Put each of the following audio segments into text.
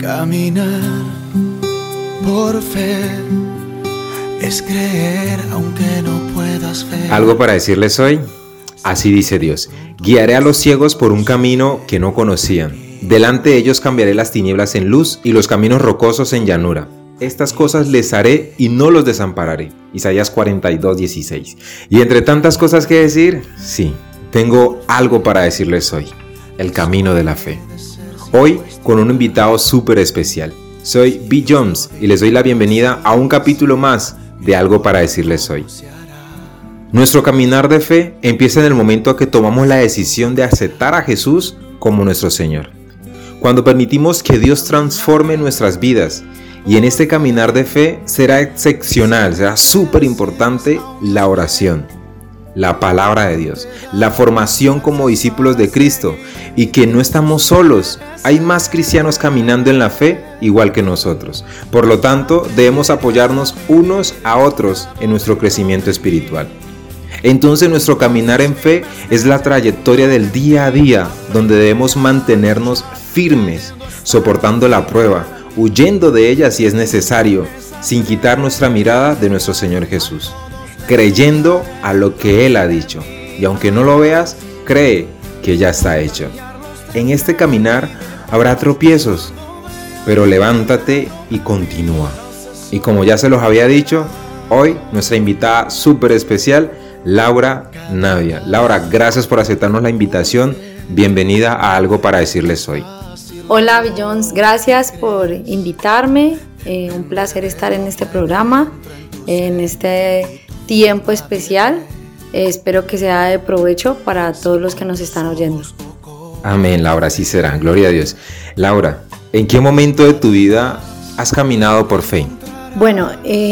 Caminar por fe es creer aunque no puedas ver. Algo para decirles hoy. Así dice Dios: guiaré a los ciegos por un camino que no conocían. Delante de ellos cambiaré las tinieblas en luz y los caminos rocosos en llanura. Estas cosas les haré y no los desampararé. Isaías 42:16. Y entre tantas cosas que decir, sí, tengo algo para decirles hoy: el camino de la fe. Hoy con un invitado súper especial. Soy B. Jones y les doy la bienvenida a un capítulo más de Algo para decirles hoy. Nuestro caminar de fe empieza en el momento que tomamos la decisión de aceptar a Jesús como nuestro Señor. Cuando permitimos que Dios transforme nuestras vidas. Y en este caminar de fe será excepcional, será súper importante la oración, la palabra de Dios, la formación como discípulos de Cristo, y que no estamos solos. Hay más cristianos caminando en la fe igual que nosotros. Por lo tanto, debemos apoyarnos unos a otros en nuestro crecimiento espiritual. Entonces nuestro caminar en fe es la trayectoria del día a día, donde debemos mantenernos firmes, soportando la prueba, huyendo de ella si es necesario, sin quitar nuestra mirada de nuestro Señor Jesús, creyendo a lo que Él ha dicho. Y aunque no lo veas, cree que ya está hecho. En este caminar habrá tropiezos, pero levántate y continúa. Y como ya se los había dicho, hoy nuestra invitada súper especial, Laura Navia. Laura, gracias por aceptarnos la invitación. Bienvenida a Algo para decirles hoy. Hola, B. Jones, gracias por invitarme. Un placer estar en este programa, en este tiempo especial. Espero que sea de provecho para todos los que nos están oyendo. Amén, Laura, así será. Gloria a Dios. Laura, ¿en qué momento de tu vida has caminado por fe? Bueno,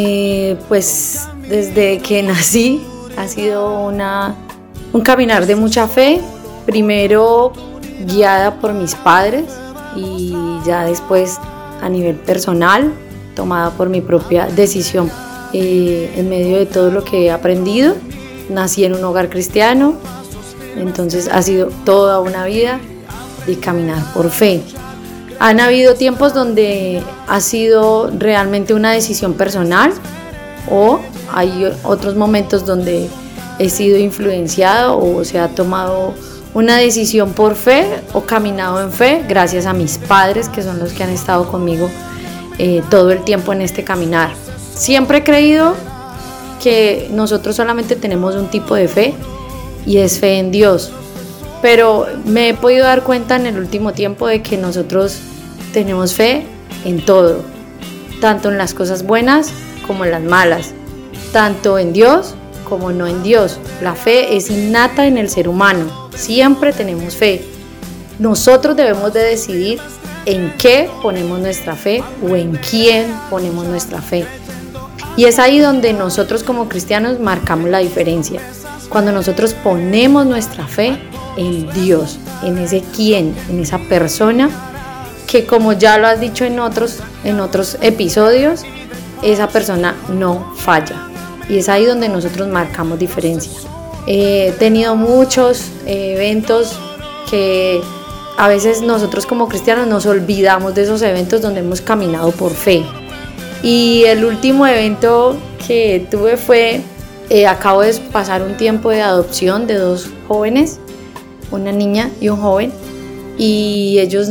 pues desde que nací ha sido un caminar de mucha fe. Primero guiada por mis padres y ya después a nivel personal, tomada por mi propia decisión. En medio de todo lo que he aprendido, nací en un hogar cristiano, entonces ha sido toda una vida de caminar por fe. Han habido tiempos donde ha sido realmente una decisión personal, o hay otros momentos donde he sido influenciado o se ha tomado una decisión por fe o caminado en fe gracias a mis padres, que son los que han estado conmigo todo el tiempo en este caminar. Siempre he creído que nosotros solamente tenemos un tipo de fe y es fe en Dios, pero me he podido dar cuenta en el último tiempo de que nosotros tenemos fe en todo, tanto en las cosas buenas como en las malas, tanto en Dios como no en Dios. La fe es innata en el ser humano, siempre tenemos fe. Nosotros debemos de decidir en qué ponemos nuestra fe o en quién ponemos nuestra fe. Y es ahí donde nosotros como cristianos marcamos la diferencia, cuando nosotros ponemos nuestra fe en Dios, en ese quién, en esa persona que, como ya lo has dicho en otros episodios, esa persona no falla. Y es ahí donde nosotros marcamos diferencia. He tenido muchos eventos que a veces nosotros como cristianos nos olvidamos de esos eventos donde hemos caminado por fe. Y el último evento que tuve fue, acabo de pasar un tiempo de adopción de 2 jóvenes, una niña y un joven, y ellos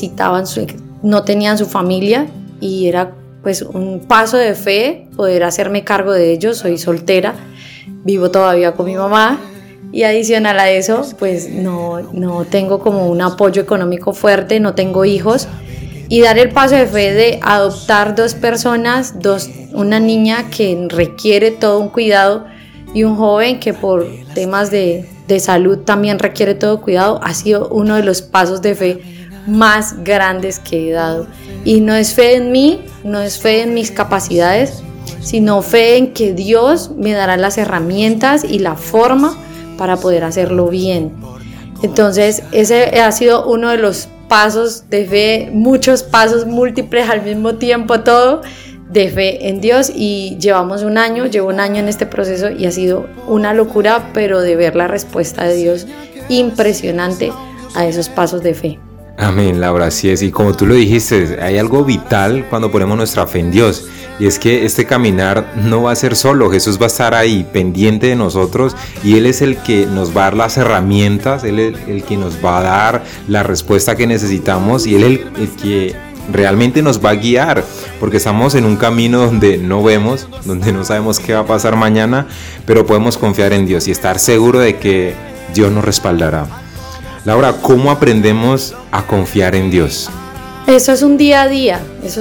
no tenían su familia, y era pues un paso de fe poder hacerme cargo de ellos. Soy soltera, vivo todavía con mi mamá, y adicional a eso pues no tengo como un apoyo económico fuerte, no tengo hijos, y dar el paso de fe de adoptar 2 personas, una niña que requiere todo un cuidado y un joven que por temas de salud también requiere todo cuidado, ha sido uno de los pasos de fe más grandes que he dado. Y no es fe en mí, no es fe en mis capacidades, sino fe en que Dios me dará las herramientas y la forma para poder hacerlo bien. Entonces ese ha sido uno de los pasos de fe, muchos pasos múltiples al mismo tiempo, todo de fe en Dios. Y llevo un año en este proceso y ha sido una locura, pero de ver la respuesta de Dios impresionante a esos pasos de fe. Amén, Laura, así es. Y como tú lo dijiste, hay algo vital cuando ponemos nuestra fe en Dios. Y es que este caminar no va a ser solo. Jesús va a estar ahí pendiente de nosotros y Él es el que nos va a dar las herramientas, Él es el que nos va a dar la respuesta que necesitamos y Él es el que realmente nos va a guiar, porque estamos en un camino donde no vemos, donde no sabemos qué va a pasar mañana, pero podemos confiar en Dios y estar seguro de que Dios nos respaldará. Laura, ¿cómo aprendemos a confiar en Dios? Eso es un día a día, eso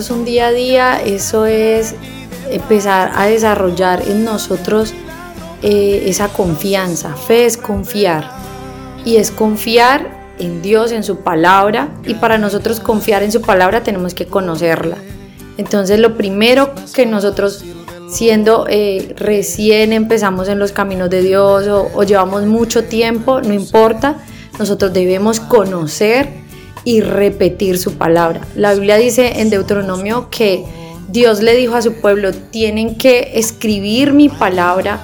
es empezar a desarrollar en nosotros esa confianza. Fe es confiar y es confiar en Dios, en su palabra, y para nosotros confiar en su palabra tenemos que conocerla. Entonces lo primero que nosotros, siendo recién empezamos en los caminos de Dios o llevamos mucho tiempo, no importa, nosotros debemos conocer y repetir su palabra. La Biblia dice en Deuteronomio que Dios le dijo a su pueblo: tienen que escribir mi palabra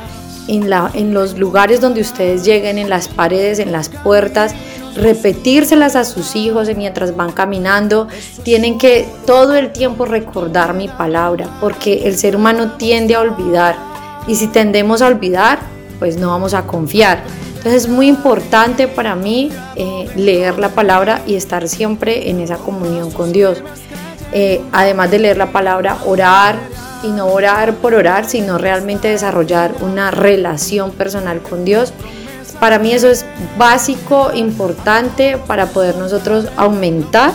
en los lugares donde ustedes lleguen, en las paredes, en las puertas, repetírselas a sus hijos mientras van caminando. Tienen que todo el tiempo recordar mi palabra, porque el ser humano tiende a olvidar, y si tendemos a olvidar, pues no vamos a confiar. Entonces es muy importante para mí leer la palabra y estar siempre en esa comunión con Dios. Además de leer la palabra, orar, y no orar por orar, sino realmente desarrollar una relación personal con Dios. Para mí eso es básico, importante para poder nosotros aumentar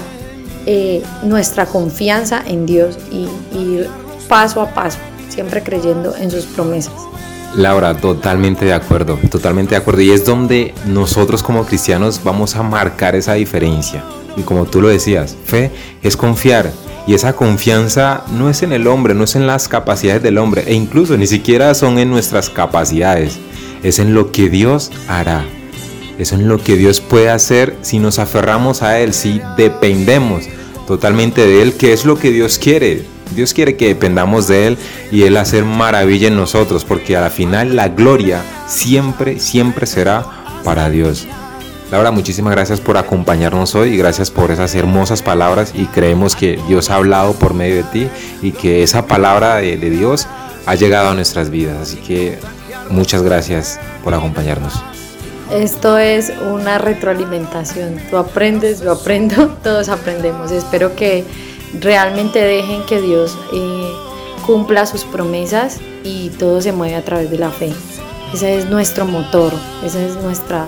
nuestra confianza en Dios y ir paso a paso, siempre creyendo en sus promesas. Laura, totalmente de acuerdo, y es donde nosotros como cristianos vamos a marcar esa diferencia. Y como tú lo decías, fe es confiar, y esa confianza no es en el hombre, no es en las capacidades del hombre, e incluso ni siquiera son en nuestras capacidades, es en lo que Dios hará, es en lo que Dios puede hacer si nos aferramos a Él, si dependemos totalmente de Él, que es lo que Dios quiere. Dios quiere que dependamos de Él y Él hacer maravilla en nosotros, porque a la final la gloria siempre será para Dios. Laura, muchísimas gracias por acompañarnos hoy y gracias por esas hermosas palabras, y creemos que Dios ha hablado por medio de ti y que esa palabra de Dios ha llegado a nuestras vidas, así que muchas gracias por acompañarnos. Esto es una retroalimentación, tú aprendes, yo aprendo, todos aprendemos. Espero que realmente dejen que Dios cumpla sus promesas y todo se mueve a través de la fe. Ese es nuestro motor, ese es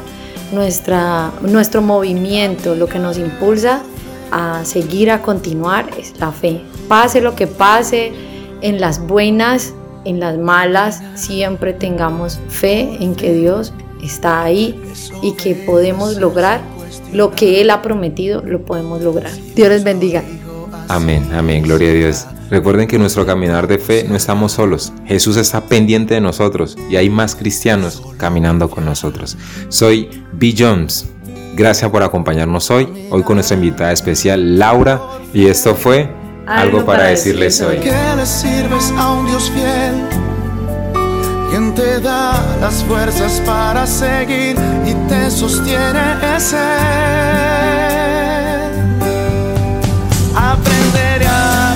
nuestro movimiento, lo que nos impulsa a seguir, a continuar, es la fe. Pase lo que pase, en las buenas, en las malas, siempre tengamos fe en que Dios está ahí y que podemos lograr lo que Él ha prometido, lo podemos lograr. Dios les bendiga. Amén, amén, gloria a Dios. Recuerden que en nuestro caminar de fe no estamos solos. Jesús está pendiente de nosotros y hay más cristianos caminando con nosotros. Soy B. Jones. Gracias por acompañarnos hoy con nuestra invitada especial Laura, y esto fue Algo para decirles hoy. ¿Qué le sirves a un Dios fiel? Quien te da las fuerzas para seguir y te sostiene es Él. Aprenderé a